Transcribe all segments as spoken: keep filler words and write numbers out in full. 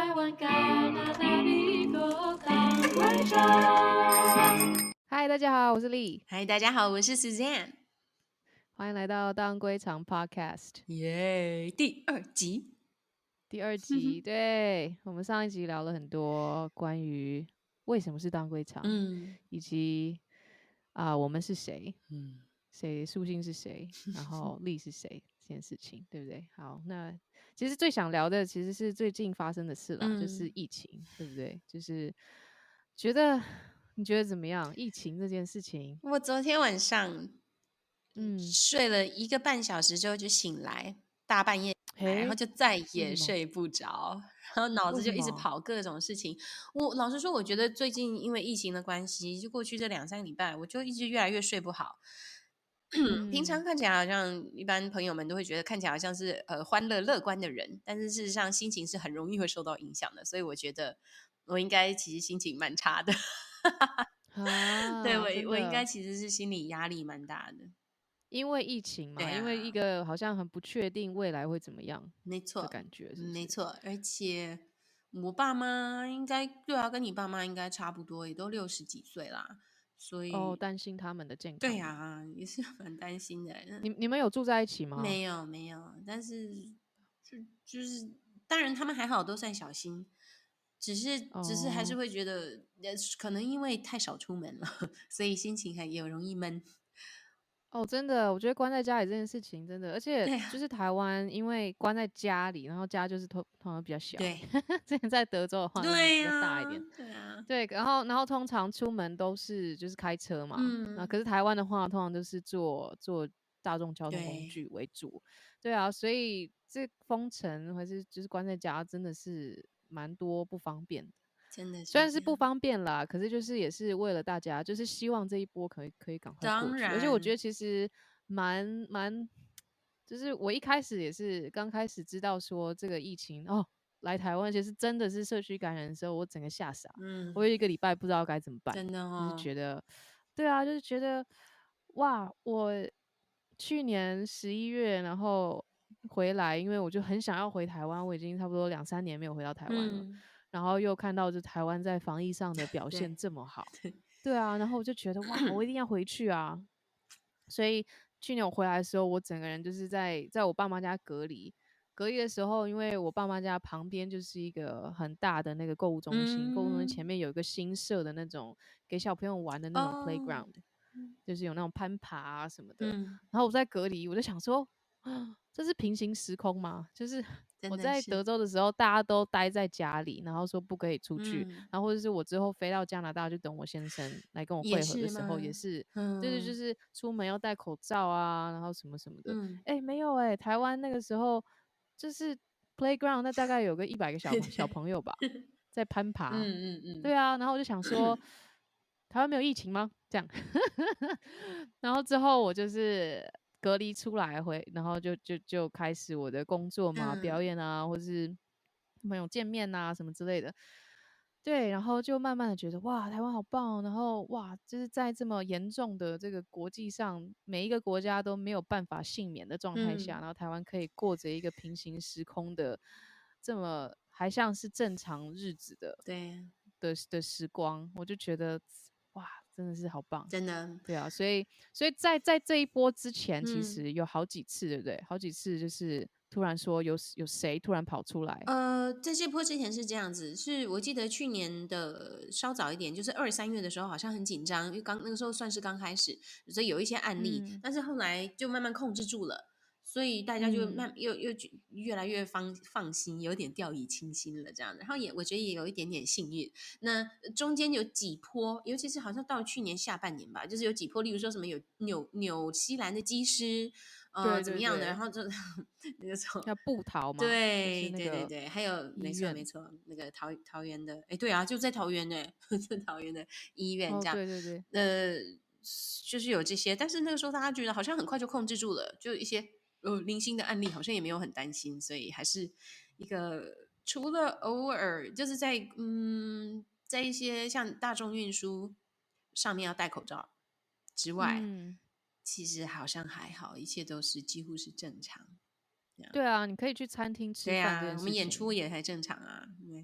台湾加拿大美国港湾站。 嗨，大家好，我是丽。 嗨，大家好，我是 Suzanne。 欢迎来到当归长 Podcast 耶、yeah, 第二集。 第二集。对，我们上一集聊了很多关于为什么是当归长， 嗯， 以及啊、呃我们是谁， 嗯， 谁属性是谁，然后丽是谁这件事情，对不对？好，那其实最想聊的其实是最近发生的事啦， 嗯就是疫情，对不对？就是觉得你觉得怎么样？疫情这件事情， 我昨天晚上嗯， 睡了一个半小时之后就醒来，大半夜醒来，然后嘿， 就再为什么？ 也睡不着，然后脑子就一直为什么？ 跑各种事情。我老实说，我觉得最近因为疫情的关系，就过去这两三个礼拜，我就一直越来越睡不好。平常嗯， 看起来好像一般朋友们都会觉得看起来好像是呃欢乐乐观的人，但是事实上心情是很容易会受到影响的，所以我觉得我应该其实心情蛮差的。对， 啊， 我我应该真的， 其实是心理压力蛮大的。 因为疫情对嘛，因为一啊， 个好像很不确定未来会怎么样的没错， 感觉，是不是？ 没错，而且我爸妈应该对啊，跟你爸妈应该差不多，也都六十几岁啦，所哦， 以担心他们的健对康嘛。 啊，也是蛮担心的。 你你们有住在一起吗？ 没有没有，但是就就是当然他们还好，都算小心，只是只是还是哦会觉得，呃，可能因为太少出门了，所以心情还也容易闷。 哦，真的，我觉得关在家里这件事情真的，而且对啊， 就是台湾，因为关在家里，然后家就是通通常比较小。 对之前在德州的话，那比较对呀、 大一点。 对啊， 对，然后然后通常出门都是就是开车嘛，那可嗯， 是台湾的话，通常都是坐坐大众交通工对， 具为主，对啊，所以这封城还是就是关在家，真的是蛮多不方便的。 真的虽然是不是这样。 方便啦，可是就是也是为了大家，就是希望这一波可以可以赶快过当去。而且我觉得然， 其实蛮蛮，就是我一开始也是刚开始知道说这个疫情哦来台湾，其实真的是社区感染的时候，我整个吓傻，我嗯， 有一个礼拜不知道该怎么办， 真的就是哦， 觉得，对啊，就是觉得哇，我去年十一月然后回来，因为我就很想要回台湾，我已经差不多两三年没有回到台湾了。 嗯， 然后又看到就台湾在防疫上的表现对这么好， 对， 对啊，然后我就觉得哇，我一定要回去啊！所以去年我回来的时候，我整个人就是在在我爸妈家隔离。隔离的时候，因为我爸妈家旁边就是一个很大的那个购物中心，购物中心前嗯， 面有一个新设的那种给小朋友玩的那种哦， playground，就是有那种攀爬啊什么的。 嗯， 然后我在隔离，我就想说，啊，这是平行时空吗？就是我在真的是， 德州的时候，大家都待在家里，然后说不可以出去， 嗯， 然后或者是我之后飞到加拿大，就等我先生来跟我也会合的时候， 是吗？ 也是，对对，就嗯是出门要戴口罩啊，然后什么什么的。 嗯， 哎，没有哎、台湾那个时候就是 playground，那大概有个一百个小朋小对对， 朋友吧，在攀爬。 嗯嗯嗯， 对啊，然后我就想说，台湾没有疫情吗？这样，然后之后我就是隔离出来回，然后就就就开始我的工作嘛，表嗯， 演啊，或是朋友见面啊什么之类的。对，然后就慢慢的觉得哇，台湾好棒哦，然后哇，就是在这么严重的这个国际上，每一个国家都没有办法幸免的状态下， 嗯， 然后台湾可以过着一个平行时空的这么还像是正常日子的对， 的的时光，我就觉得哇，真的是好棒。 真的， 对啊，所以所以在在这一波之前，其嗯。 实有好几次，对不对？好几次就是突然说有有谁突然跑出来， 呃，在这波之前是这样子，是我记得去年的稍早一点，就是二三月的时候，好像很紧张，因为刚那个时候算是刚开始，所以有一些案例， 嗯但是后来就慢慢控制住了，所以大家就嗯慢又又觉越来越放放心，有点掉以轻心了这样。然后也我觉得也有一点点幸运。那中间有几波，尤其是好像到去年下半年吧，就是有几波，例如说什么有纽纽西兰的机师，呃， 对怎么样的，然对对， 后就那个时候。 要布逃嘛，就是对那个对对对，还有没错没医院。 错，那个桃桃园的，哎，对啊，就在桃园呢，在桃园的医院哦， 这样， 对对对， 呃，就是有这些，但是那个时候大家觉得好像很快就控制住了，就一些呃零星的案例，好像也没有很担心，所以还是一个除了偶尔就是在嗯，在一些像大众运输上面要戴口罩之外， 嗯， 其实好像还好，一切都是几乎是正常。 对啊，你可以去餐厅吃饭这对啊，我们演件事情。 出也还正常啊。对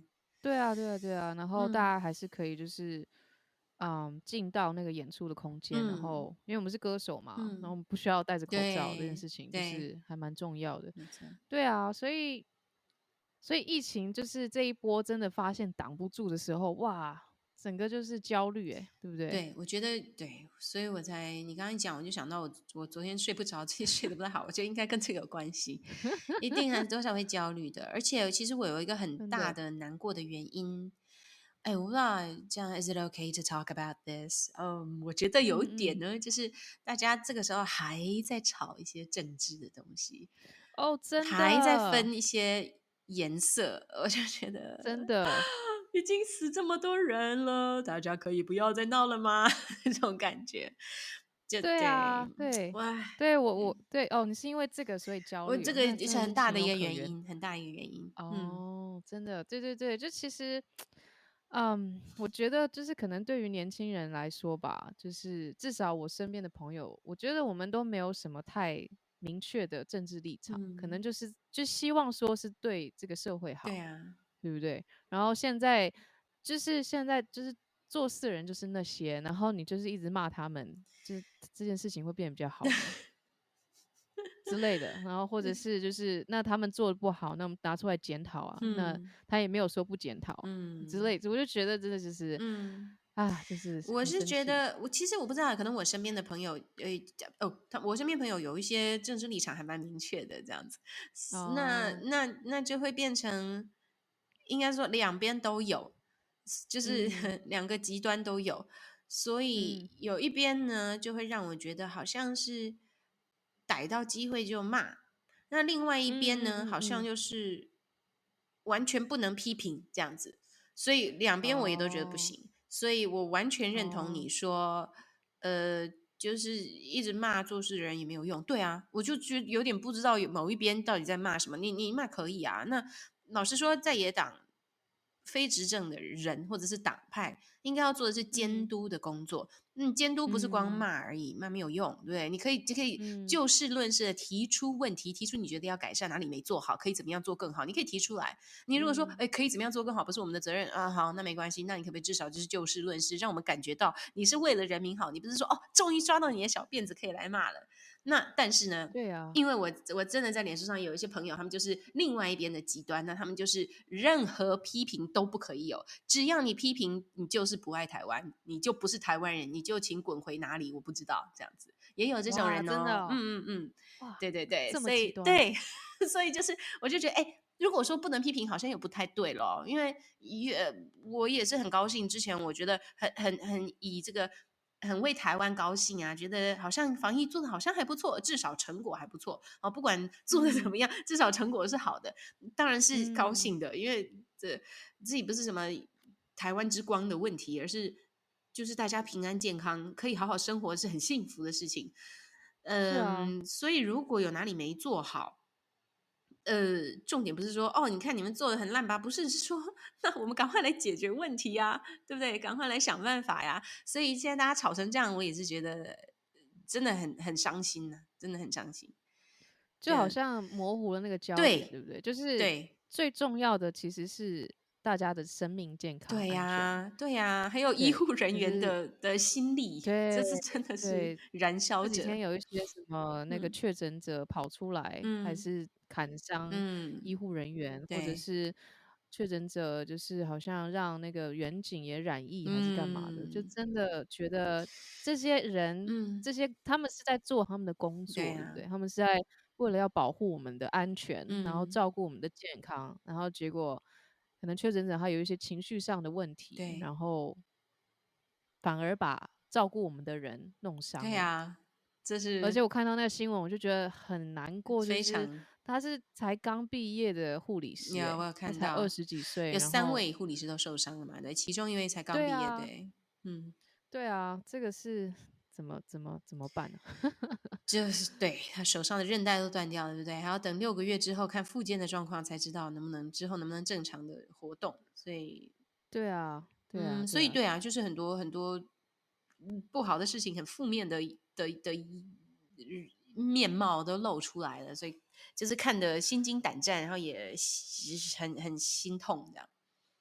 对啊，对啊，对啊，然后大嗯家还是可以就是，嗯，进到那个演出的空间，然嗯后因为我们是歌手嘛，然后我嗯， 们不需要戴着口罩，这件对事情就对， 是还蛮重要的。 没错。 对啊，所以所以疫情就是这一波真的发现挡不住的时候，哇，整个就是焦虑，哎，对不对？ 对，我觉得对，所以我才你刚才讲，我就想到我我昨天睡不着，最近睡得不太好，我觉得应该跟这个有关系，一定还多少会焦虑的。而且其实我有一个很真的， 大的难过的原因，哎，我不知道这样 is it okay to talk about this？嗯，我觉得有一点嗯嗯， 呢，就是大家这个时候还在吵一些政治的东西， 哦，真还在的， 分一些颜色，我就觉得真的， 已经死这么多人了，大家可以不要再闹了吗？这种感觉，就对啊， 对， 对， 哇， 对我我对哦，你是因为这个所以焦虑哦， 我这个那真的也是很是情有大的一个可原。 原因，很大一个原因。嗯哦，真的，对对对，就其实，嗯，我觉得就是可能对于年轻人来说吧，就是至少我身边的朋友，我觉得我们都没有什么太明确的政治立场，可能嗯， 就是就希望说是对这个社会好， 对啊， 对不对？然后现在就是现在就是做事的人就是那些，然后你就是一直骂他们，就是这件事情会变得比较好吗？之类的，然后或者是就是那他们做的不好，那我们拿出来检讨啊，那嗯他也没有说不检讨之嗯类的，我就觉得真的就是嗯。 啊，就是我是很生气。 觉得，我其实我不知道，可能我身边的朋友，呃，哦，他我身边朋友有一些政治立场还蛮明确的，这样子，那哦， 那那就会变成，应该说两边都有，就是嗯两个极端都有，所嗯以有一边呢，就会让我觉得好像是逮到机会就骂，那另外一边嗯嗯呢，好像嗯嗯， 就是完全不能批评这样子，所以两边我也都觉得不哦行。所以我完全认同哦， 你说，呃，就是一直骂做事的人也没有用。对啊，我就觉得有点不知道有某一边到底在骂什么。你你骂可以啊，那老实说，在野党非执政的人或者是党派，应该要做的是监嗯督的工作。嗯，监督不是光嗯骂而已，骂没有用，对不对？你可以就可以嗯就事论事的提出问题，提出你觉得要改善哪里没做好，可以怎么样做更好，你可以提出来。你如果说， 嗯， 哎，可以怎么样做更好，不是我们的责任啊，好，那没关系，那你可不可以至少就是就事论事，让我们感觉到你是为了人民好，你不是说哦，终于抓到你的小辫子可以来骂了。那但是呢， 对啊， 因为我我真的在脸书上有一些朋友，他们就是另外一边的极端，那他们就是任何批评都不可以有，只要你批评，你就是不爱台湾，你就不是台湾人，你就请滚回哪里，我不知道这样子，也有这种哇， 人哦， 真的哦， 嗯嗯嗯， 哇， 对对对， 这么所极端， 以对，所以就是我就觉得，哎。如果说不能批评，好像也不太对咯，因为也我也是很高兴，之前我觉得很很很以这个很为台湾高兴啊，觉得好像防疫做的好像还不错，至少成果还不错啊。不管做的怎嗯么样，至少成果是好的，当然是高嗯， 兴的，因为这自己不是什么台湾之光的问题，而是就是大家平安健康，可以好好生活是很幸福的事情。 是啊， 嗯，所以如果有哪里没做好，呃，重点不是说哦，你看你们做的很烂吧？不是，是说那我们赶快来解决问题呀，对不对？赶快来想办法呀。所以现在大家吵成这样，我也是觉得呃真的很很伤心呢、真的很伤心。 就好这像模糊了那个焦点， 对对不对？就是对最重要的其实是大家的生命健康对安全嘛。 呀，对呀，还有医对， 护人员就是的的心力， 对这是真的是对， 燃烧这几天着。 有一些什么那个嗯确诊者跑出来，还嗯是砍伤医嗯， 护人员，或者对， 是确诊者就是好像让那个远景也染疫还是干嘛的，就嗯真的觉得这些人， 嗯， 这些他们是在做他们的工作，对不对？ 对呀， 他们是在为了要保护我们的安全，然后嗯照顾我们的健康，然后结果可能确诊者他有一些情绪上的问题， 对然后反而把照顾我们的人弄伤了。 对呀，这而且是我看到那个新闻，我就觉得很难过，就是非常。 他是才刚毕业的护理师、 有，我欸， 有他看到， 才二十几岁， 有三然后位护理师都受伤了嘛？对，其中一位才刚毕业， 对啊， 对，嗯， 对啊，这个是怎么怎么怎么办呢、 就是对他手上的韧带都断掉了，对不对？还要等六个月之后看复健的状况才知道能不能之后能不能正常的活动。所以， 对啊，对啊， 嗯，所对啊， 以对啊，就是很多很多嗯不好的事情，很负面的的的一面貌都露出来了，所以就是看得心惊胆战，然后也很很心痛这样。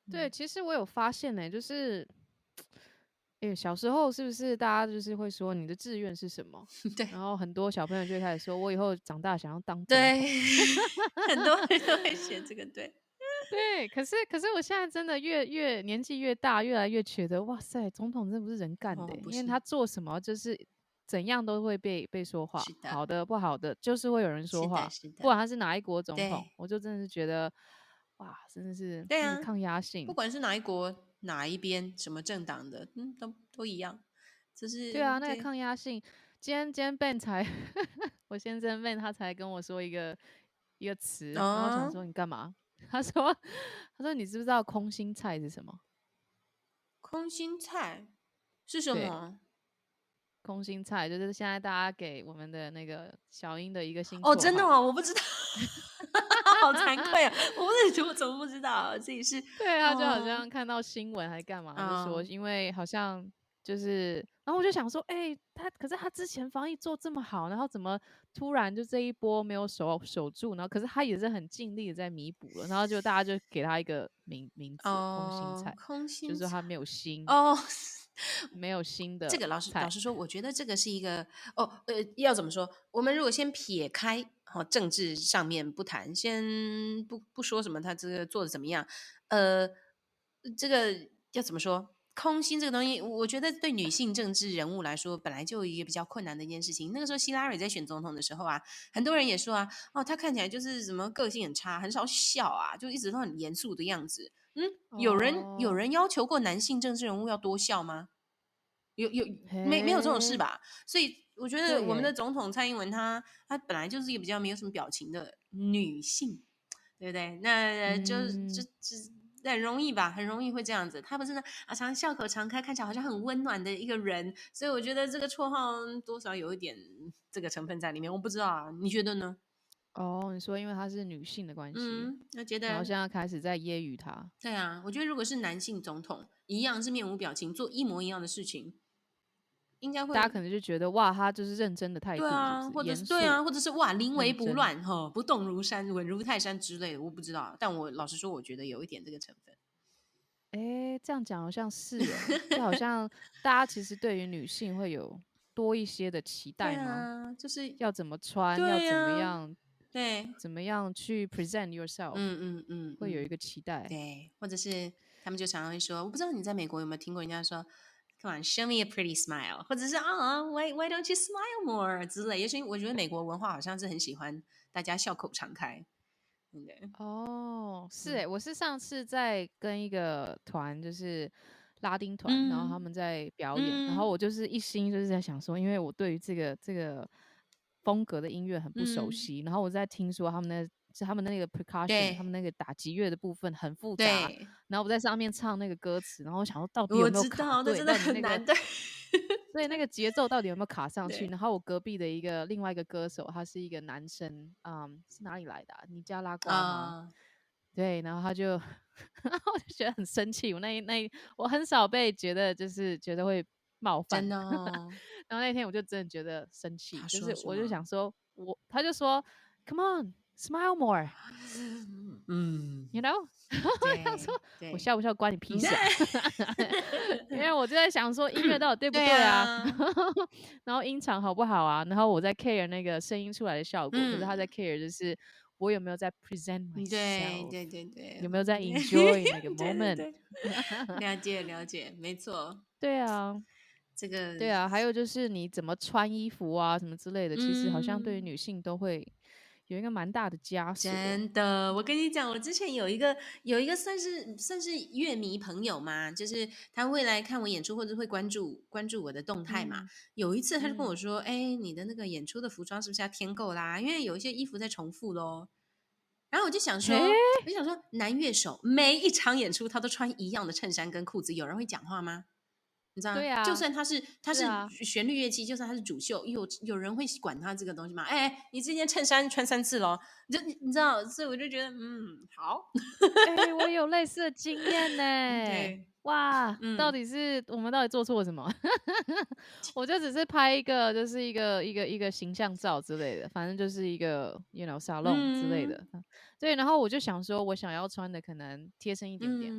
对，其实我有发现呢、就是，诶，小时候是不是大家就是会说你的志愿是什么？ 对然后很多小朋友就会开始说，我以后长大想要当总对， 统。 很多人都会写这个，对， 对，可是可是我现在真的越越年纪越大，越来越觉得，哇塞，总统真的不是人干的哦， 欸， 不是， 因为他做什么就是怎样都会被被说话， 是的， 好的不好的就是会有人是的， 说话， 是的， 不管他是哪一国总统， 对， 我就真的是觉得，哇，真的是对啊， 那个抗压不性。 管是哪一国、哪一边、什么政党的，嗯，都都一样，只对啊，那个是对， 抗压性，今天今天 Ben 才我先生 Ben 他才跟我说一个一个词，然后我想哦， 说你干嘛？他说他说你知不知道空心菜是什么？ 空心菜是什对， 么？ 空心菜就是现在大家给我们的那个小英的一个新哦， 绰号。 真的哦，我不知道，好惭愧啊！我不是我怎么不知道自己是对，他就好哦像看到新闻还干嘛，就说哦因为好像就是，然后我就想说，哎、他可是他之前防疫做这么好，然后怎么突然就这一波没有守守住，然后可是他也是很尽力的在弥补了，然后就大家就给他一个名名字空心哦， 菜， 空心菜就是说他没有心， 哦。 没有新的这个老实老菜。 实说，我觉得这个是一个哦，呃，要怎么说？我们如果先撇开哦政治上面不谈，先不不说什么他这个做的怎么样，呃，这个要怎么说？空心这个东西，我觉得对女性政治人物来说，本来就有一个比较困难的一件事情。那个时候希拉里在选总统的时候啊，很多人也说啊，哦，她看起来就是什么个性很差，很少笑啊，就一直都很严肃的样子。嗯，有人有哦， 人要求过男性政治人物要多笑吗？有有没没有这种事嘿， 吧？所以我觉得我们的对耶， 总统蔡英文她她本来就是一个比较没有什么表情的女性，对不对？那就就嗯， 就很容易吧，很容易会这样子。她不是呢啊，常笑口常开，看起来好像很温暖的一个人，所以我觉得这个绰号多少有一点这个成分在里面。我不知道啊，你觉得呢？ 哦，你说因为她是女性的关系， 嗯，我觉得然后现在开始在揶揄她。 对啊，我觉得如果是男性总统，一样是面无表情，做一模一样的事情，应该会大家可能就觉得哇，他就是认真的态度，是不对啊， 是？ 或者是严肃、 对啊，或者是哇，临危不认真。 乱哈，不动如山，稳如泰山之类的，我不知道。但我老实说，我觉得有一点这个成分。 哎，这样讲好像是哎，就好像大家其实对于女性会有多一些的期对待吗？ 啊，就是要怎么穿，要怎么对呀、 样， 对， 怎么样去 present yourself， 嗯嗯嗯嗯， 会有一个期待。 对，或者是他们就常常会说，我不知道你在美国有没有听过人家说，Come on, show me a pretty smile，或者是啊、why why don't you smile more 之类。也许我觉得美国文化好像是很喜欢大家笑口常开，对不对？ 哦，是嗯哎，我是上次在跟一个团，就是拉丁团，然后他嗯们在表演，然后嗯我就是一心就是在想说，因为我对于这个这个风格的音乐很不熟嗯， 悉，然后我在听说他们的是他们那个 percussion，他们对那个打击乐的部分很复杂， 对。 然后我在上面唱那个歌词，然后我想说到底有我没有卡知道，那对， 真的到底那个很难，对， 对，那个节奏到底有没有卡上去？ 对， 然后我隔壁的一个另外一个歌手，他是一个男生，嗯，是哪里来的啊？尼加拉瓜吗？ 啊， 对，然后他就，然后我就觉得很生气。我那一那一我很少被觉得就是觉得会冒犯， 真的哦。 然后那天我就真的觉得生气， 他就是我就说什么？ 想说，我他就说，Come on, smile more, 嗯， you know？我想说， 对对， 我笑不笑关你屁嗯事啊？因为我就在想说，音乐到底对不对对啊？ 啊， 然后音场好不好啊？然后我在 care 那个声音出来的效果，可是他在嗯， care 就是我有没有在 present 对 myself， 对对对， 有没有在对 enjoy 那个对对 moment？ 对，了解了解，没错， 对啊， 这个对啊，还有就是你怎么穿衣服啊，什么之类的，其实好像对于嗯。 女性都会有一个蛮大的枷锁。 真的，我跟你讲，我之前有一个有一个算是算是乐迷朋友嘛，就是他会来看我演出，或者会关注关注我的动态嘛。 嗯有一次他就跟我嗯， 说：“哎，你的那个演出的服装是不是要添购啦？因为有一些衣服在重复咯。”然后我就想嘿， 说，我就想说，男乐手每一场演出他都穿一样的衬衫跟裤子，有人会讲话吗？你知道吗？就对啊， 算他是他是是啊， 旋律乐器，就算他是主秀，有有人会管他这个东西吗？哎，你这件衬衫穿三次咯，你就你你知道，所以我就觉得，嗯，好， 哎、我有类似的经验呢。 对， 哇，到嗯， 底是我们到底做错了什么？我就只是拍一个，就是一个一个一个形象照之类的，反正就是一个 you know salon 之类嗯的。对，然后我就想说，我想要穿的可能贴身一点点好嗯了。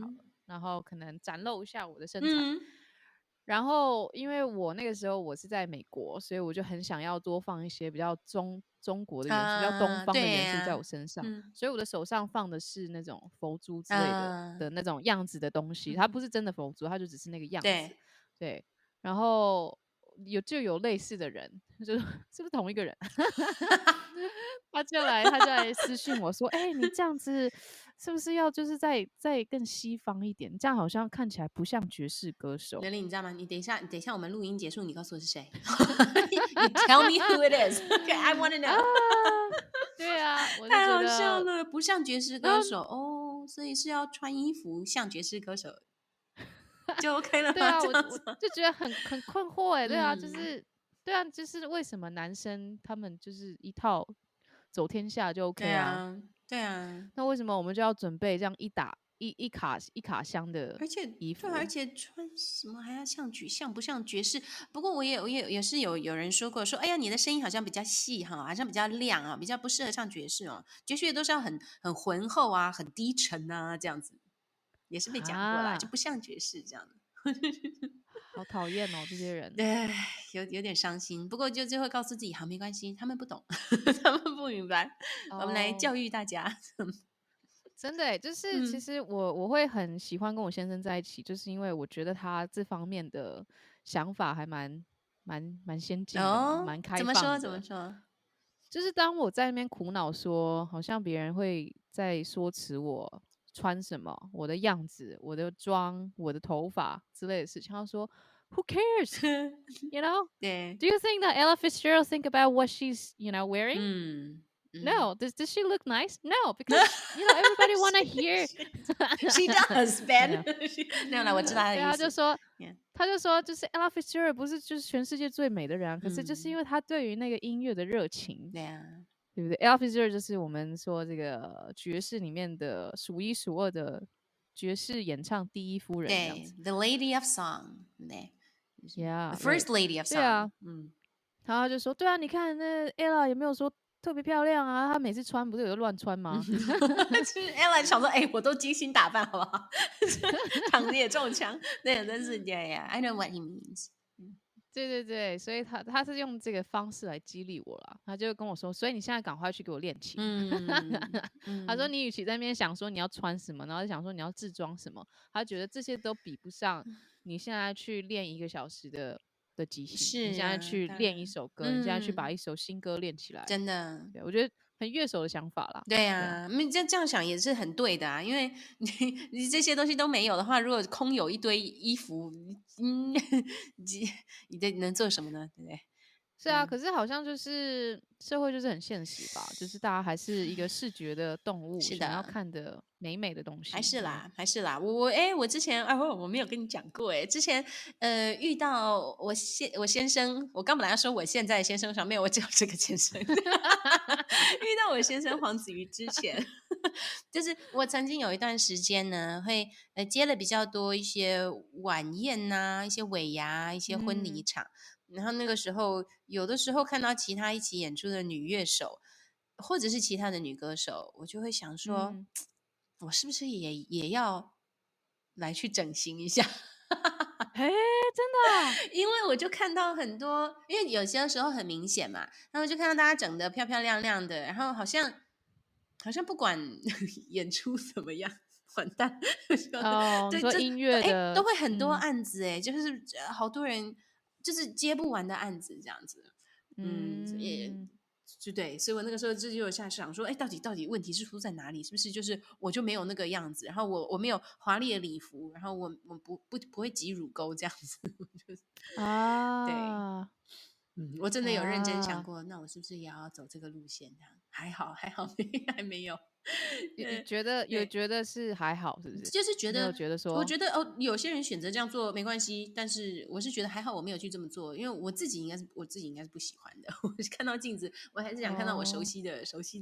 然后可能展露一下我的身材。 嗯， 然后因为我那个时候我是在美国，所以我就很想要多放一些比较中中国的元素，比较东啊， 方的对元素在呀、 我身上， 嗯所以我的手上放的是那种佛珠之类的啊， 的那种样子的东西，它不是真的佛珠，它就只是那个样子。 对， 对，然后有就有类似的人，就是是不是同一个人？他就来，他就来私讯我说：“哎、你这样子是不是要就是再再更西方一点？这样好像看起来不像爵士歌手。 刘玲，你知道吗？你等一下，等一下，我们录音结束，你告诉我是谁？You tell me who it is. Okay, I want to 啊 know. 对啊，我就太好觉得， 笑了，不像爵士然后歌手哦，所以是要穿衣服像爵士歌手就 OK 了吗？ 对啊，我我这样子吗？ 就觉得很很困惑哎，对啊，就嗯， 是对啊，就是为什么男生他们就是一套走天下就 OK 对啊？ 啊，对啊， 那为什么我们就要准备这样一打一一卡一卡箱的而且衣对啊，而服？ 且穿什么还要像爵像不像爵士？不过我也我也也是有有人说过，说哎呀，你的声音好像比较细哈，好像比较亮啊，比较不适合唱爵士哦。爵士乐都是要很很浑厚啊，很低沉啊，这样子也是被讲过啦，就啊， 不像爵士这样。 好讨厌哦，这些人。 对，有有点伤心，不过就最后告诉自己，好，没关系，他们不懂，他们不明白，我们来哦， 教育大家。 真的欸，就是其嗯， 实我我会很喜欢跟我先生在一起，就是因为我觉得他这方面的想法还蛮蛮蛮先进的嘛， 哦， 蛮开怎么说？怎么放的。 说？ 就是当我在那边苦恼说，好像别人会在说辞我穿什么、我的样子、我的妆、我的头发之类的事情，他说，Who cares? You know? 对， Do you think that Ella Fitzgerald think about what she's, you know, wearing? 嗯嗯 No. Does does she look nice? No, because you know everybody wanna hear. She does, 没 Ben 有， 没有啦，我知道他的对， 意思。 他就说， Yeah， 他就说，就是 Ella Fitzgerald 不是就是全世界最美的人啊，可是就是因嗯， 为他对于那个音乐的热情， 对啊， 对不对？Ella Fitzgerald 就是我们说这个爵士里面的数一数二的爵士演唱第一夫人这样对子。 ，The Lady of Song，对就是，The Yeah, First right. Lady of 对啊， Song，嗯， 然后他就说，对啊，你看那 Ella 有没有说特别漂亮啊？她每次穿不是有乱穿吗？ 就是 Ella 想说，哎，我都精心打扮，好不好？躺着也中枪，对，真是对呀，I know what he means。 对对对，所以他他是用这个方式来激励我啦。他就跟我说，所以你现在赶快去给我练琴。 嗯他说嗯， 你与其在那边想说你要穿什么，然后想说你要自装什么，他觉得这些都比不上你现在去练一个小时的的即兴，你是啊， 现在去当然， 练一首歌，你现在去把嗯， 一首新歌练起来。 真的。 对，我觉得很乐手的想法啦。 对对啊， 啊，你这这样想也是很对的啊，因为你你这些东西都没有的话，如果空有一堆衣服，嗯，你你这能做什么呢？对不对？ 是啊， 嗯， 可是好像就是社会就是很现实吧，就是大家还是一个视觉的动物， 是想要的， 看的美美的东西。 还是对， 啦，还是啦。我我哎，我之前啊，我我没有跟你讲过哎，之前呃遇到我先我先生，我刚本来要说我现在的先生上面，我只有这个先生。遇到我先生黄子瑜之前，就是我曾经有一段时间呢，会呃接了比较多一些晚宴呐、一些尾牙、一些婚礼嗯场，然后那个时候有的时候看到其他一起演出的女乐手，或者是其他的女歌手，我就会想说， 嗯， 我是不是也也要来去整形一下？ 嘿，真的啊因为我就看到很多，因为有些时候很明显嘛，然后就看到大家整的漂漂亮亮的，然后好像好像不管演出怎么样，完蛋， 哦，你对，这说音乐哎的， 都会很多嗯案子哎，就是呃好多人就是接不完的案子这样子，嗯，也嗯， 就对，所以我那个时候就有下想说，哎，到底到底问题是出在哪里？是不是就是我就没有那个样子，然后我我没有华丽的礼服，然后我我不不不会挤乳沟这样子，就是对。 啊嗯，我真的有认真想啊， 过，那我是不是也要走这个路线？这样还好，还好没还没有。 你你对觉得有对， 觉得是还好是不是？ 就是觉没有得， 觉得说， 我觉得哦，有些人选择这样做没关系，但是我是觉得还好，我没有去这么做，因为我自己应该是我自己应该是不喜欢的。我看到镜子，我还是想看到我熟哦， 悉的、熟悉的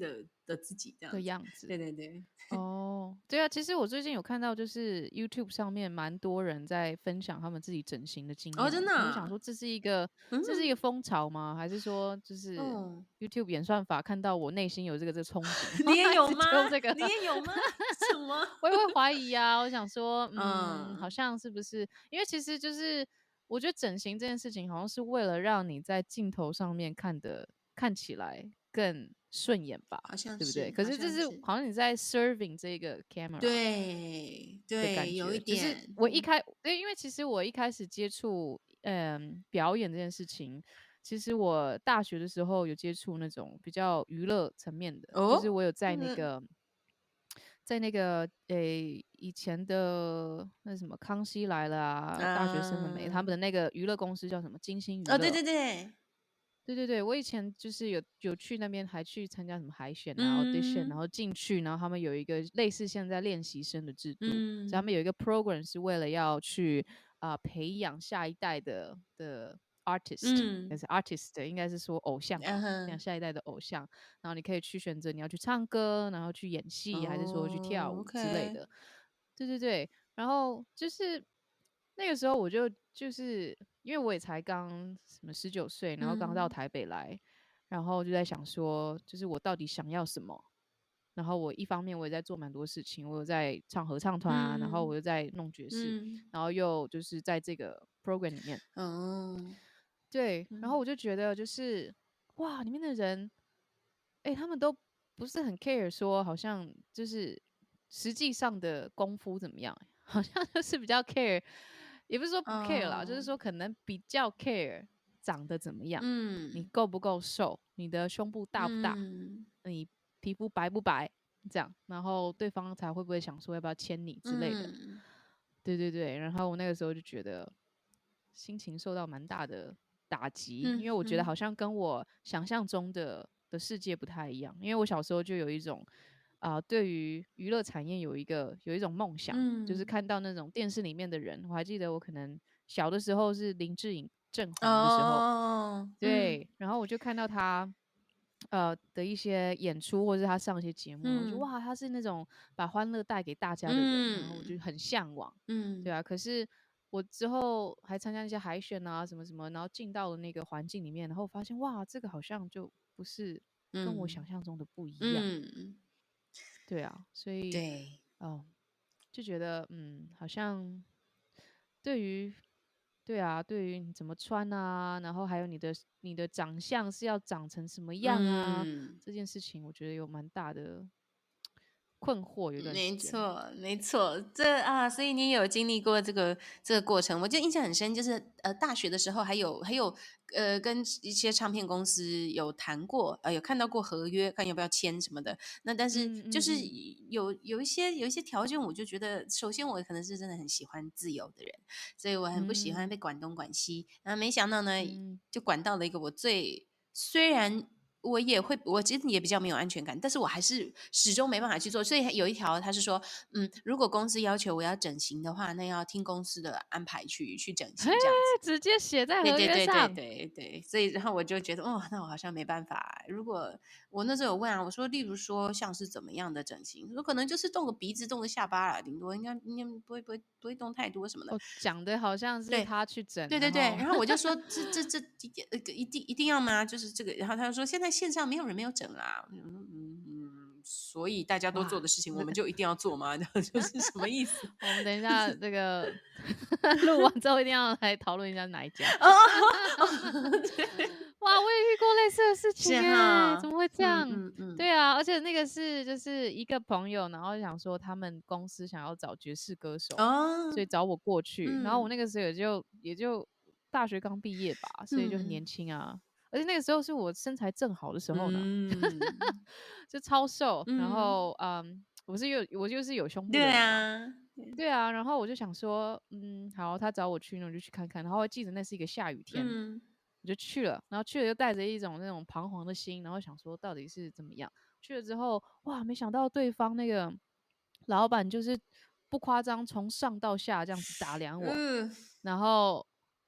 的自己这样的子。 样子。 对对对， 哦，对啊，其实我最近有看到，就是 YouTube 上面蛮多人在分享他们自己整形的经哦， 验的。 真的、啊， 我就想说，这是一个这是一个风潮吗？还是说，就是哦， YouTube 演算法看到我内心有这个这个憧憬，然你也后一直有吗？ 丢这个？ 你也有吗？什么？ 我也会怀疑啊。我想说，嗯，好嗯， 像是不是？因为其实就是我觉得整形这件事情，好像是为了让你在镜头上面看的看起来更顺眼吧， 好像对不对？ 是，好可是这是像是， 好像你在 serving 这个 camera 对的感对，有一觉。就是点，嗯我一开，对，因为其实我一开始接触嗯表演这件事情，其实我大学的时候有接触那种比较娱乐层面的，就是哦， 我有在那嗯个。在那个诶以前的那什么《康熙来了》啊，《大学生了没》他们啊， 的那个娱乐公司叫什么金星娱哦，对乐。 对对， 对对对，我以前就是有有去那边，还去参加什么海选啊、audition，然嗯后进去，然后他们有一个类似现在练习生的制度，所以他们嗯有一个 program 是为了要去啊、培养下一代的的 artist，但嗯， 是 artist 应该是说偶像吧，培养嗯哼， 下一代的偶像，然后你可以去选择你要去唱歌，然后去演戏，还是说去跳哦舞之类 ，OK， 的。对对对，然后就是那个时候我就就是因为我也才刚什么十九岁，然后刚到嗯台北来，然后就在想说，就是我到底想要什么。然后我一方面我也在做蛮多事情，我有在唱合唱团啊，然后我嗯又在弄爵士， 嗯， 然后又就是在这个 program 里面。 哦， 对，然后嗯我就觉得就是哇，里面的人，哎，他们都不是很 care 说，好像就是实际上的功夫怎么样，好像就是比较 care，也不是说不 care 啦，就是哦， 说可能比较 care 长得怎么样，你嗯够不够瘦，你的胸部大不大， 嗯你皮肤白不白，这样，然后对方才会不会想说要不要牵你之类的。 嗯对对对，然后我那个时候就觉得心情受到蛮大的打击，因为我觉得嗯嗯好像跟我想象中的的世界不太一样。因为我小时候就有一种啊、呃对于娱乐产业有一个有一种梦想，就是嗯， 看到那种电视里面的人。我还记得我可能小的时候是林志颖正红的时候， 哦，嗯对，然后我就看到他。呃的一些演出，或者是他上一些节目，然后我就嗯哇，他是那种把欢乐带给大家的人，然后我就嗯很向往。对嗯啊，可是我之后还参加一些海选啊，什么什么，然后进到了那个环境里面，然后发现哇，这个好像就不是跟我想嗯象中的不一样。 嗯， 对啊，所以对， 哦，就觉得嗯，好像对于对啊，对于你怎么穿啊，然后还有你的你的长相是要长成什么样啊， 嗯。 这件事情我觉得有蛮大的困惑，有一段时没间。 错，没错，这啊，所以你也有经历过这个这个过程，我就印象很深，就是呃，大学的时候还有还有呃，跟一些唱片公司有谈过，呃，有看到过合约，看要不要签什么的。那但是嗯就是嗯嗯有有一些有一些条件，我就觉得，首先我可能是真的很喜欢自由的人，所以我很不喜欢嗯被管东管西。然后没想到呢， 嗯就管到了一个我最虽然。我也会，我其实也比较没有安全感，但是我还是始终没办法去做。所以有一条，他是说，嗯，如果公司要求我要整形的话，那要听公司的安排去去整形嘿， 这样子。 直接写在合对对对对约上。 对对，所以然后我就觉得，哦，那我好像没办法。如果我那时候有问啊，我说，例如说像是怎么样的整形，说可能就是动个鼻子、动个下巴啦，顶多应该应该不会不会不会动太多什么的。 哦，讲的好像是对他去整， 对对对， 然后然后我就说这这这呃一定一定要吗？就是这个，然后他就说现在线上没有人没有整啦，我就说嗯嗯，所以大家都做哇， 的事情，我这们就一定要做吗？就是什么意思？ 我们等一下这个录完之后一定要来讨论一下哪一家。 哦，对， 哇，我也遇过类似的事情是哎， 哈， 怎么会这嗯样？ 嗯嗯， 对啊，而且那个是就是一个朋友，然后想说他们公司想要找爵士歌手， 哦， 所以找我过去。然后我嗯那个时候也就也就大学刚毕业吧，所以就很年嗯轻啊。而且那个时候是我身材正好的时候呢， 嗯就超瘦。然嗯， 后嗯，我是有我就是有胸部的对人嘛。 啊， 对啊，然后我就想说，嗯，好，他找我去，那我就去看看。然后我记得那是一个下雨天， 嗯我就去了。然后去了又带着一种那种彷徨的心，然后想说到底是怎么样。去了之后，哇，没想到对方那个老板就是不夸张，从上到下这样子打量我， 嗯然后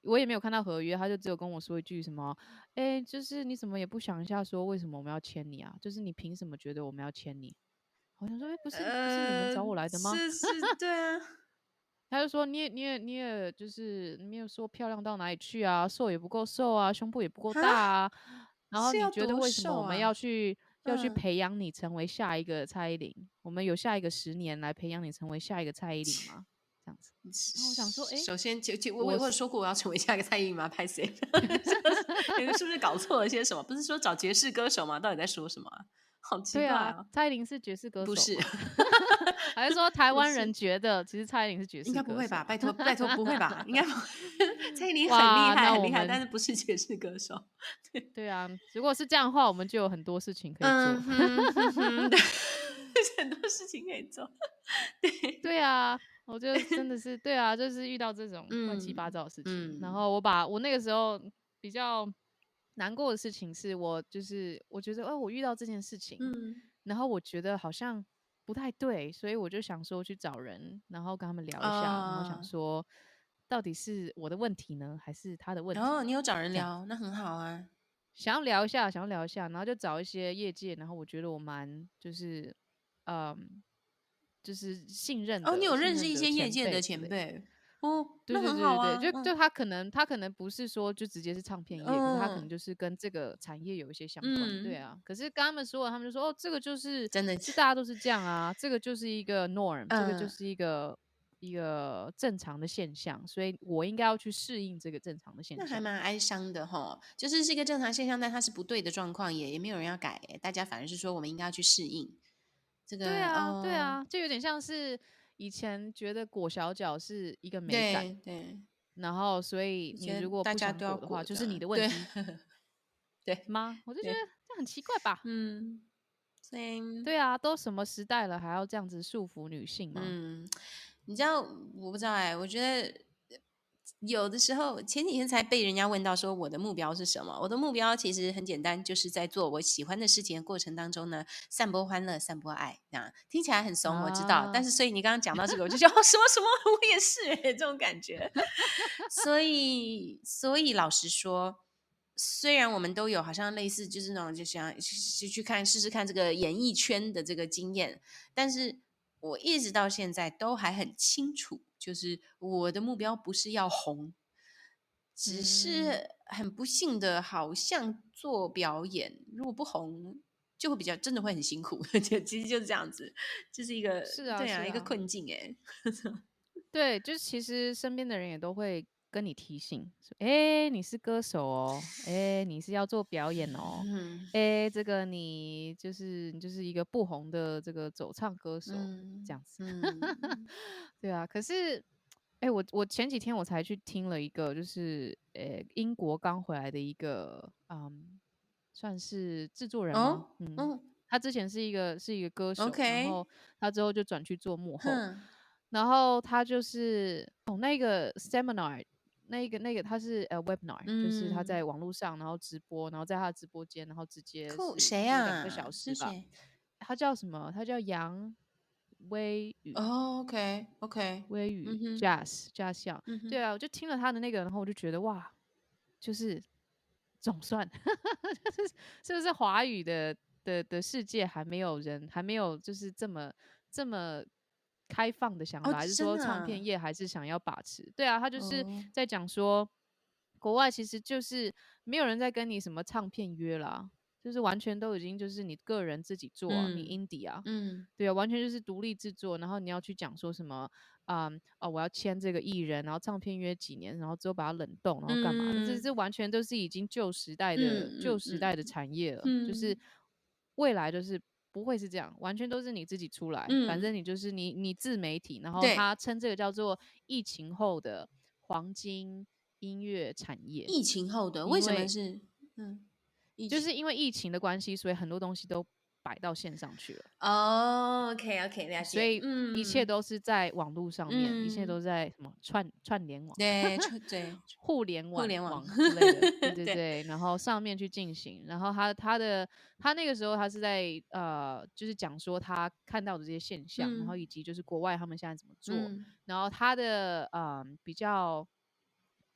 我也没有看到合约，他就只有跟我说一句什么，哎，就是你怎么也不想一下说为什么我们要签你啊？就是你凭什么觉得我们要签你？我想说，哎，不是不是你们呃， 找我来的吗？ 是是，对啊， 他就说你也你也你也就是没有说漂亮到哪里去啊，瘦也不够瘦啊，胸部也不够大哈， 啊，然后是你觉得要多为什么我们瘦啊？ 要去要去嗯， 培养你成为下一个蔡依林？我们有下一个十年来培养你成为下一个蔡依林吗？这样子。然后我想说，哎， 首先就就我我我是我有说过我要成为下一个蔡依林吗？拍谁？你们是不是搞错了些什么？不是说找爵士歌手吗？到底在说什么啊？好奇对啊， 怪哦。 蔡依林是爵士歌不是， 手吗？还是说台不是， 湾人觉得其实蔡依林是爵应士歌手？ 该不会吧？拜托拜托，不会吧？应该不蔡依林很厉哇， 害很厉害， 那我们但是不是爵士歌手。 对啊，如果是这样的话，我们就有很多事情可以做。 嗯哼哼哼，对，很多事情可以做。对， 对啊，我就真的是对啊，就是遇到这种乱七八嗯糟的事情，然嗯后我把我那个时候比较难过的事情是我就是我觉得哦，我遇到这件事情， 嗯然后我觉得好像不太对，所以我就想说去找人，然后跟他们聊一下，然后想啊， 说到底是我的问题呢，还是他的问然后题？ 你有找人这样子。 聊，那很好啊。 想要聊一下，想要聊一下，然后就找一些业界，然后我觉得我蛮就是，嗯，就是信任哦，你的、 有认识信任的一些业前界的辈之类的。 前辈哦， 对那对对对对， 很好啊。嗯就就他可能他可能不是说就直接是唱片业，可是他可能嗯就是跟这个产业有一些相关，对嗯， 啊。可是跟他们说了，他们就说哦，这个就是真的， 是大家都是这样啊，这个就是一个 norm，这个就嗯， 是一个一个正常的现象，所以我应该要去适应这个正常的现那还象。 蛮哀伤的哈。就是是一个正常现象，但它是不对的状况，也也没有人要改，大家反而是说我们应该要去适应这个对啊，对哦。 啊，就有点像是以前觉得裹小脚是一个美感， 对对， 然后所以以你如果不前大家都要想裹的话，就是你裹着，对的问题对吗？我就觉得对， 这很奇怪吧？ 嗯，所以对啊，都什么时代了，还要这样子束缚女性吗？ 嗯，你知道我不知道哎、我觉得有的时候前几天才被人家问到说我的目标是什么？我的目标其实很简单，就是在做我喜欢的事情的过程当中呢，散播欢乐，散播爱。这样听起来很怂，我知道，但啊， 是所以你刚刚讲到这个，我就觉得哦，什么什么，我也是哎、这种感觉。所以，所以老实说，虽然我们都有好像类似就是那种就想去去看试试看这个演艺圈的这个经验，但是我一直到现在都还很清楚，就是我的目标不是要红，只嗯， 是很不幸的，好像做表演如果不红。就会比较真的会很辛苦，就其实就是这样子，就是一个是啊， 对啊一个是啊， 困境哎、 对，就是其实身边的人也都会跟你提醒说，哎，你是歌手哦，哎，你是要做表演哦， 嗯哎，这个你就是你就是一个不红的这个走唱歌手这嗯样子。 嗯对啊，可是，哎，我我前几天我才去听了一个，就是呃英国刚回来的一个，嗯，算是制作人吗？ 哦嗯， 哦他之前是一个是一个歌手，然 ，OK， 后他之后就转去做幕后， 哼， 然后他就是哦那个 seminar。那个那个他是呃 webinar，就是他嗯， 在网络上，然后直播，然后在他的直播间，然后直接酷， 是谁就两个小啊？ 时吧。 是谁？ 他叫什么？他叫杨威宇， 哦，OK，OK， 微语嗯哼， jazz jazz 项， 嗯哼， 对啊，我就听了他的那个，然后我就觉得哇，就是总算就是是不是华语的的的世界还没有人还没有就是这么这么开放的想哦， 法，还是真说唱片的啊， 业还是想要把持？对啊，他就是哦， 在讲说，国外其实就是没有人在跟你什么唱片约啦，就是完全都已经就是你个人自己做啊，你嗯 indie 啊， 嗯对啊，完全就是独立制作，然后你要去讲说什么，嗯，哦，我要签这个艺人，然后唱片约几年，然后之后把它冷冻，然后干嘛的？这嗯这完全都是已经旧时代的旧嗯嗯时代的产业了，就是嗯未来就是不会是这样，完全都是你自己出来，反嗯， 正你就是你你自媒体，然后对， 他称这个叫做疫情后的黄金音乐产业， 疫情后的为因为什么是嗯疫情？ 就是因为疫情的关系，所以很多东西都摆到线上去了。 哦，OK OK，了解， 所以一切嗯都是在网络上面，一切嗯， 都在什么串串联网、 对，就对， 互联网互联网， 网之类的，对对对， 对，然后上面去进行。然后他他的他那个时候他是在呃，就是讲说他看到的这些现象，然后嗯以及就是国外他们现在怎么做。 嗯然后他的嗯、呃比较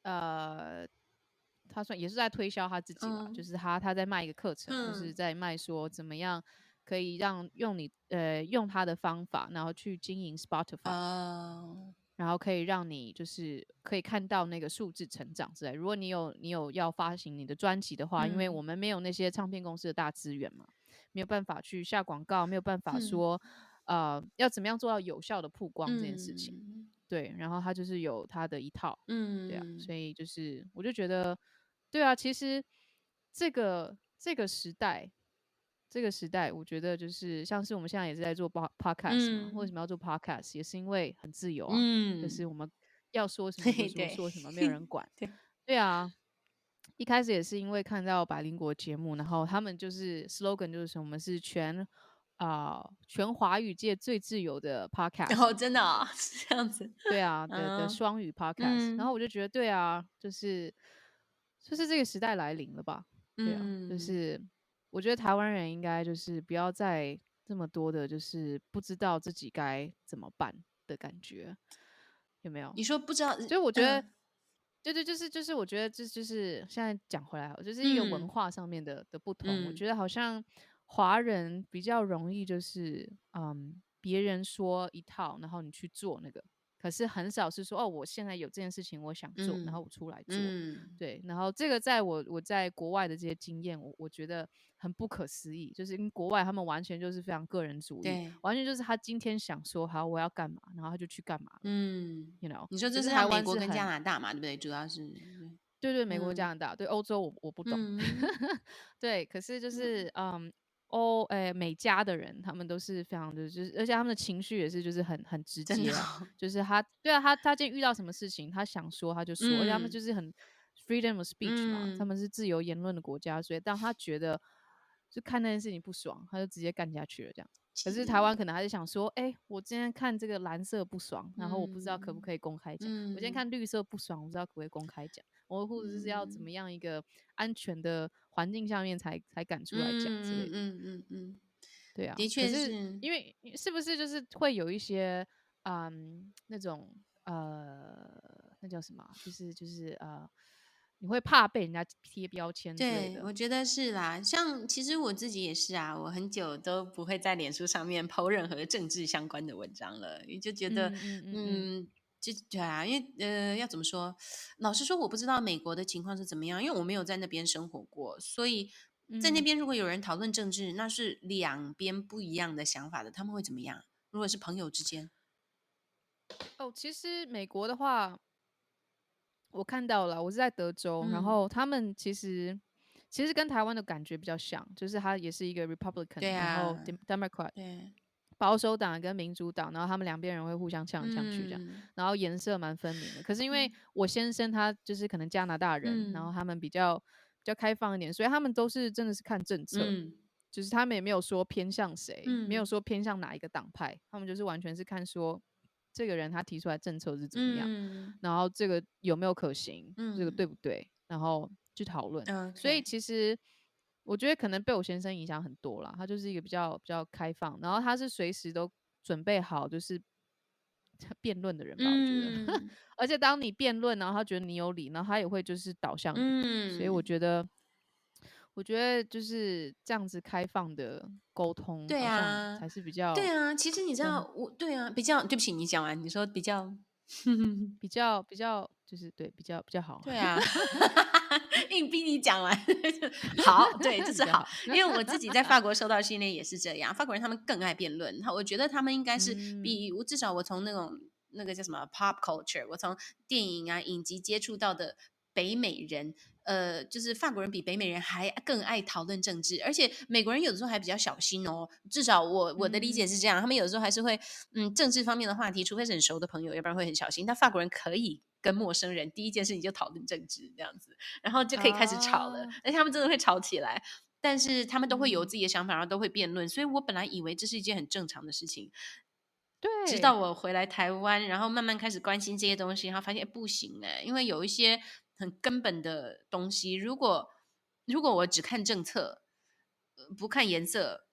呃，他算也是在推销他自己吧， 嗯就是他他在卖一个课程，就是嗯在卖说怎么样可以让用你呃用他的方法，然后去经营 Spotify，、 哦， 然后可以让你就是可以看到那个数字成长之类。如果你有你有要发行你的专辑的话，因为嗯我们没有那些唱片公司的大资源嘛，没有办法去下广告，没有办法嗯说、呃要怎么样做到有效的曝光这件事情。 嗯对，然后他就是有他的一套，对啊，所嗯以就是我就觉得，对啊，其实这个这个时代，这个时代，我觉得就是像是我们现在也是在做 po- podcast 嘛，为什嗯么要做 podcast，也是因为很自由啊，就是嗯， 我们要说什么就说， 对对说什么没有人管， 对， 对啊。一开始也是因为看到百灵果节目，然后他们就是 slogan 就是说我们是全啊、全华语界最自由的 podcast 然后嘛， 真的哦，是这样子， 对啊的的嗯双语 podcast，然嗯后我就觉得对啊，就是就是这个时代来临了吧？对啊，就嗯， 是我觉得台湾人应该就是不要再这么多的，就是不知道自己该怎么办的感觉，有没有？ 你说不知道， 所以我觉得， 嗯对对，就是就是我觉得这就是现在讲回来好，就是一个文嗯化上面的的不同。我嗯觉得好像华人比较容易就是嗯，别人说一套，然后你去做那个。可是很少是说哦，我现在有这件事情我想做，然后嗯我出来做。 嗯， 对，然后这个在我我在国外的这些经验，我我觉得很不可思议，就是因为国外他们完全就是非常个人主义， 对， 完全就是他今天想说好我要干嘛，然后他就去干嘛了嗯， ，you know。 你说这可是台是像美国跟加湾是很拿大嘛，对不对？主要是， 对对，美国、 嗯加拿大，对欧洲我我不懂， 嗯对，可是就是嗯，欧诶美加的人，他们都是非常的，就是而且他们的情绪也是就是很很直真的接啊， 哦， 就是他对啊，他他今天遇到什么事情，他想说他就说，而且他们就嗯是很 freedom of speech 嘛，他嗯， 们是自由言论的国家，所以当他觉得就看那件事情不爽，他就直接干下去了这样。可是台湾可能还是想说，哎、我今天看这个蓝色不爽，然后我不知道可不可以公开讲；我今天嗯看绿色不爽，我不知道可不可以公开讲。我或者是要怎嗯么样一个安全的环境下面才才敢出来讲之类的。 嗯嗯嗯嗯， 对啊， 的可是确是， 因为是不是就是会有一些嗯那种呃那叫什么啊，就是就是呃你会怕被人家贴标签之类对， 的。 我觉得是啦。像其实我自己也是啊，我很久都不会在脸书上面 po 任何政治相关的文章了，也就觉得， 嗯嗯嗯嗯， 嗯，就对啊，因为呃，要怎么说？老实说，我不知道美国的情况是怎么样，因为我没有在那边生活过，所以在那嗯边如果有人讨论政治，那是两边不一样的想法的，他们会怎么样？如果是朋友之间， 哦，其实美国的话，我看到了，我是在德州，然嗯， 后他们其实其实跟台湾的感觉比较像，就是他也是一个 Republican， 对然后啊， Dem- Democrat 对， 保守党跟民主党，然后他们两边人会互相呛来呛去这样， 嗯然后颜色蛮分明的。可是因为我先生他就是可能加拿大人，然后嗯他们比较比较开放一点，所以他们都是真的是看政策。 嗯就是他们也没有说偏向谁，没有嗯说偏向哪一个党派，他们就是完全是看说这个人他提出来政策是怎么样， 嗯然后这个有没有可行，这个嗯对不对，然后去讨论。所以 ，OK， 其实我觉得可能被我先生影响很多啦，他就是一个比较比较开放，然后他是随时都准备好就是辩论的人吧，我觉得。 嗯而且当你辩论，然后他觉得你有理，然后他也会就是导向你，所以我嗯， 觉得。我觉得就是这样子开放的沟通， 对好像啊， 才是比较对啊，其实你知真道，我对啊，比较对不起，你讲完，你说比较， 比较比较就是对比较比较好。 对啊，硬逼你讲完，好，对，这是好， 比较好。 因为我自己在法国受到训练也是这样，法国人他们更爱辩论，我觉得他们应该是嗯比我至少我从那种那个叫什么 pop culture，我从电影啊影集接触到的北美人。呃，就是法国人比北美人还更爱讨论政治，而且美国人有的时候还比较小心哦。至少我我的理解是这样，他们有的时候还是会，嗯，政治方面的话题，除非是很熟的朋友，要不然会很小心。但法国人可以跟陌生人第一件事情就讨论政治这样子，然后就可以开始吵了， 啊而且他们真的会吵起来。但是他们都会有嗯自己的想法，然后都会辩论，所以我本来以为这是一件很正常的事情，直对， 到我回来台湾，然后慢慢开始关心这些东西，然后发现、欸、不行哎、因为有一些很根本的东西，如果如果我只看政策，呃不看颜色，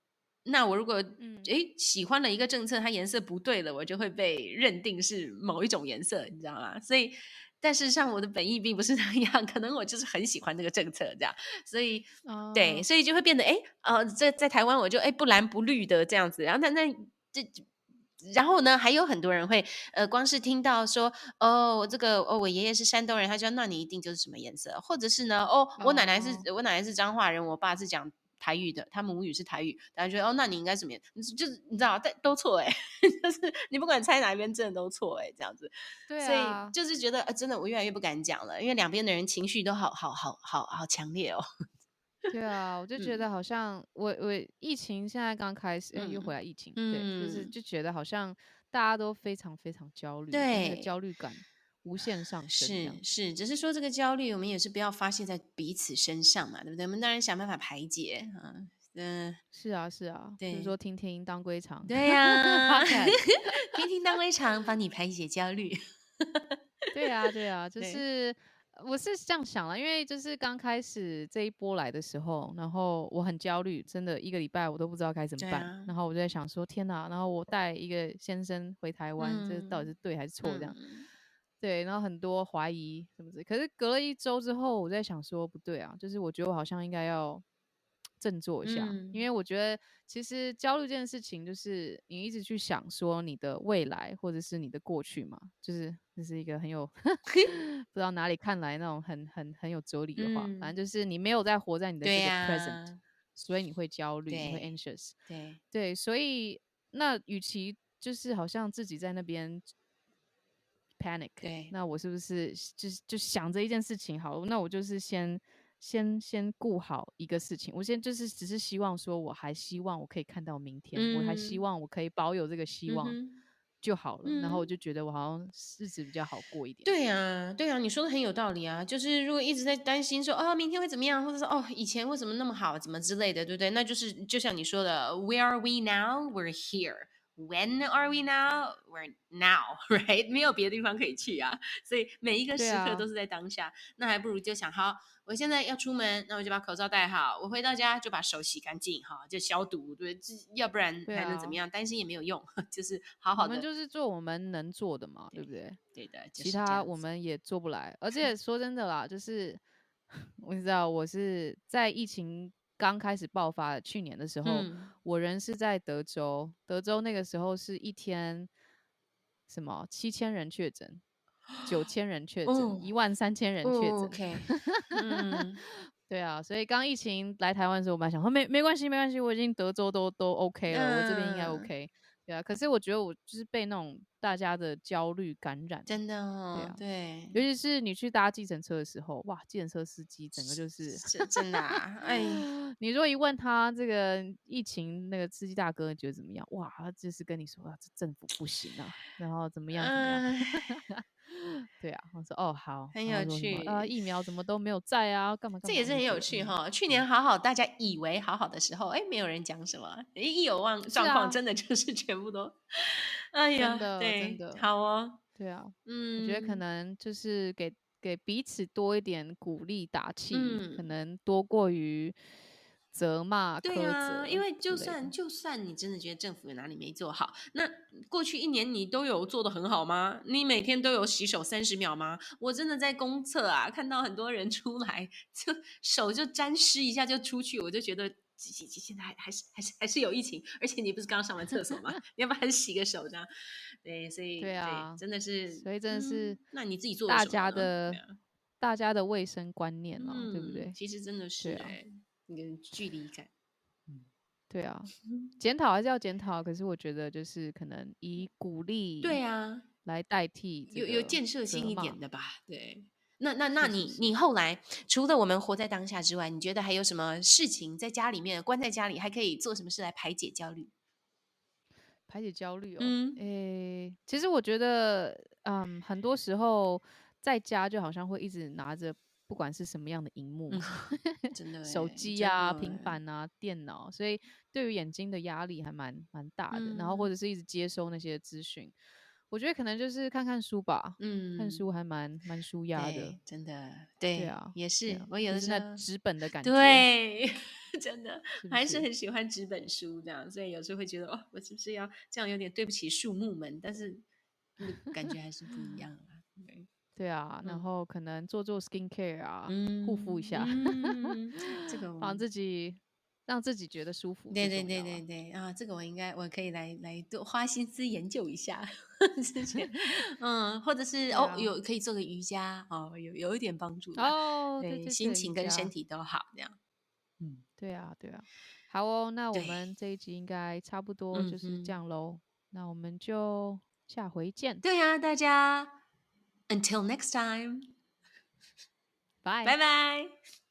那我如果嗯， 诶喜欢了一个政策，它颜色不对了，我就会被认定是某一种颜色，你知道吗？所以，但事实上我的本意并不是那样，可能我就是很喜欢这个政策这样，所以对， 哦， 所以就会变得诶呃，在在台湾我就诶不蓝不绿的这样子，然后那那这。然后呢，还有很多人会，呃，光是听到说，哦，这个，哦，我爷爷是山东人，他就说那你一定就是什么颜色，或者是呢，哦，我奶奶是哦， 我奶奶是彰化人，我爸是讲台语的，他母语是台语，大家觉得哦，那你应该什么颜色？就是你知道，但都错哎、欸，就是你不管猜哪一边，真的都错哎、欸，这样子， 对所以啊， 就是觉得，呃，真的我越来越不敢讲了，因为两边的人情绪都好好好好好强烈哦， 对啊，我就觉嗯得好像我我疫情现在刚开始，哎，又回嗯来疫情，对，就是嗯， 就觉得好像大家都非常非常焦虑，就那个焦对。 虑感无限上升这样子。 是是，只是说这个焦虑，我们也是不要发泄在彼此身上嘛，对不对？我们当然想办法排解，嗯嗯， 是啊，是啊，比如对说听听当归场对呀、 podcast， 听听当归肠帮你排解焦虑， 对啊，对啊，就对， 是我是这样想了，因为就是刚开始这一波来的时候，然后我很焦虑，真的一个礼拜我都不知道该怎么办， 对啊， 然后我就在想说，天哪，然后我带一个先生回台湾，这到底是嗯对还是错？这样， 嗯对，然后很多怀疑什么之类，可是隔了一周之后，我在想说，不对啊，就是我觉得我好像应该要振作一下，因嗯为我觉得其实焦虑这件事情，就是你一直去想说你的未来或者是你的过去嘛，就是这是一个很有不知道哪里看来那种很很很有哲理的话，反正嗯， 就是你没有在活在你的对这个 present， 呀、 所以你会焦虑，你会对 anxious， 对， 对，所以那与其就是好像自己在那边 panic， 对， 那我是不是就是就想着一件事情好了，那我就是先先先顾好一个事情，我现在就是只是希望说，我还希望我可以看到明天，我还希嗯望我可以保有这个希望嗯哼， 就好了，然后我嗯。 就觉得我好像日子比较好过一点。 对啊，对啊，你说的很有道理啊。就是如果一直在担心说，哦，明天会怎么样，或者说，哦，以前为什么那么好，怎么之类的，对不对？那就是就像你说的，Where are we now? We're here. When are we now? We're now, right? 没有别的地方可以去啊。所以每一个对啊， 时刻都是在当下。那还不如就想，好，我现在要出门，那我就把口罩戴好。我回到家就把手洗干净，哈，就消毒，对，这要不然对啊， 还能怎么样？担心也没有用，就是好好的。 我们就是做我们能做的嘛，对不对对？ 对的，就其是这样子。 他我们也做不来，而且说真的啦，就是我知道我是在疫情刚开始爆发去年的时候， 嗯。 我人是在德州，德州那个时候是一天什么七千人确诊，九千人确诊， 哦一万三千人确哦诊。 ，OK，嗯， 对啊，所以刚疫情来台湾的时候，我本来想说没没关系没关系，我已经德州都都 OK 了，我这边应该嗯， OK。对啊，可是我觉得我就是被那种大家的焦虑感染。 真的哦， 对啊， 对， 尤其是你去搭计程车的时候，哇，计程车司机整个就是， 是真的啊，哎， 你如果一问他这个疫情那个司机大哥你觉得怎么样？哇，他就是跟你说啊，这政府不行啊，然后怎么样怎么样。 嗯， 对啊，我说哦好， 很有然后说什么啊趣， 疫苗怎么都没有在啊，干嘛干嘛， 这也是很我就觉得嗯有趣哈。去好年好好，大家以为好好的时候，哎，没有人讲什么，一一有状状况， 是啊， 真的就是全部都，哎真呀， 的真对， 的， 好哦， 对啊，我觉得可嗯能就是给给彼此多一点鼓励打气，可嗯。 能多过于责骂苛对啊，因责为就之类的。 算就算你真的觉得政府有哪里没做好，那过去一年你都有做得很好吗？你每天都有洗手三十秒吗？我真的在公厕啊，看到很多人出来，就手就沾湿一下就出去，我就觉得现现在还还是还是还是有疫情，而且你不是刚上完厕所吗？你要不然洗个手这样？对，所以对， 对啊， 真的是， 所以真的是嗯，那你自己做了大什么呢？对家的啊， 大家的卫生观念啊，对不嗯， 对？ 其实真的是对啊， 哎、那个距离感，嗯。 对啊，检讨还是要检讨，可是我觉得就是可能以鼓励对啊， 来代替这有有个建设性责骂。 一点的吧？对，那那那你你是是是， 后来除了我们活在当下之外，你觉得还有什么事情在家里面关在家里还可以做什么事来排解焦虑？ 排解焦虑哦。 嗯， 诶，其实我觉得，嗯，很多时候在家就好像会一直拿着不管是什么样的荧幕， 嗯，真的手哎，真机啊、平的哎， 板啊、电脑，所以对于眼睛的压力还蛮蛮大的。然后或嗯者是一直接收那些资讯， 我觉得可能就是看看书吧，看嗯， 书还蛮蛮舒压的。 对，真的，对， 对啊， 也是对啊， 我有就是那的时候纸本的感觉， 对，真的是不还是是？ 很喜欢纸本书这样，所以有时候会觉得哦，我是不是要这样有点对不起树木们？但是那感觉还是不一样啊。对， 对啊，然嗯后可能做做 skin care 啊，护肤一嗯下， 嗯，这个我让自己让自己觉得舒服对对对最重要啊。 对对啊，这个我应该我可以来来多花心思研究一下，之前嗯，或者是哦对啊， 有可以做个瑜伽哦，有有一点帮助啦， 哦，对对， 对对， 心情跟身瑜伽， 体都好这样，嗯， 对啊对啊。好哦，那我对， 们这一集应该差不多就是这嗯哼， 样喽，那我们就下回见， 对呀、大家 until next time， 拜。 拜拜。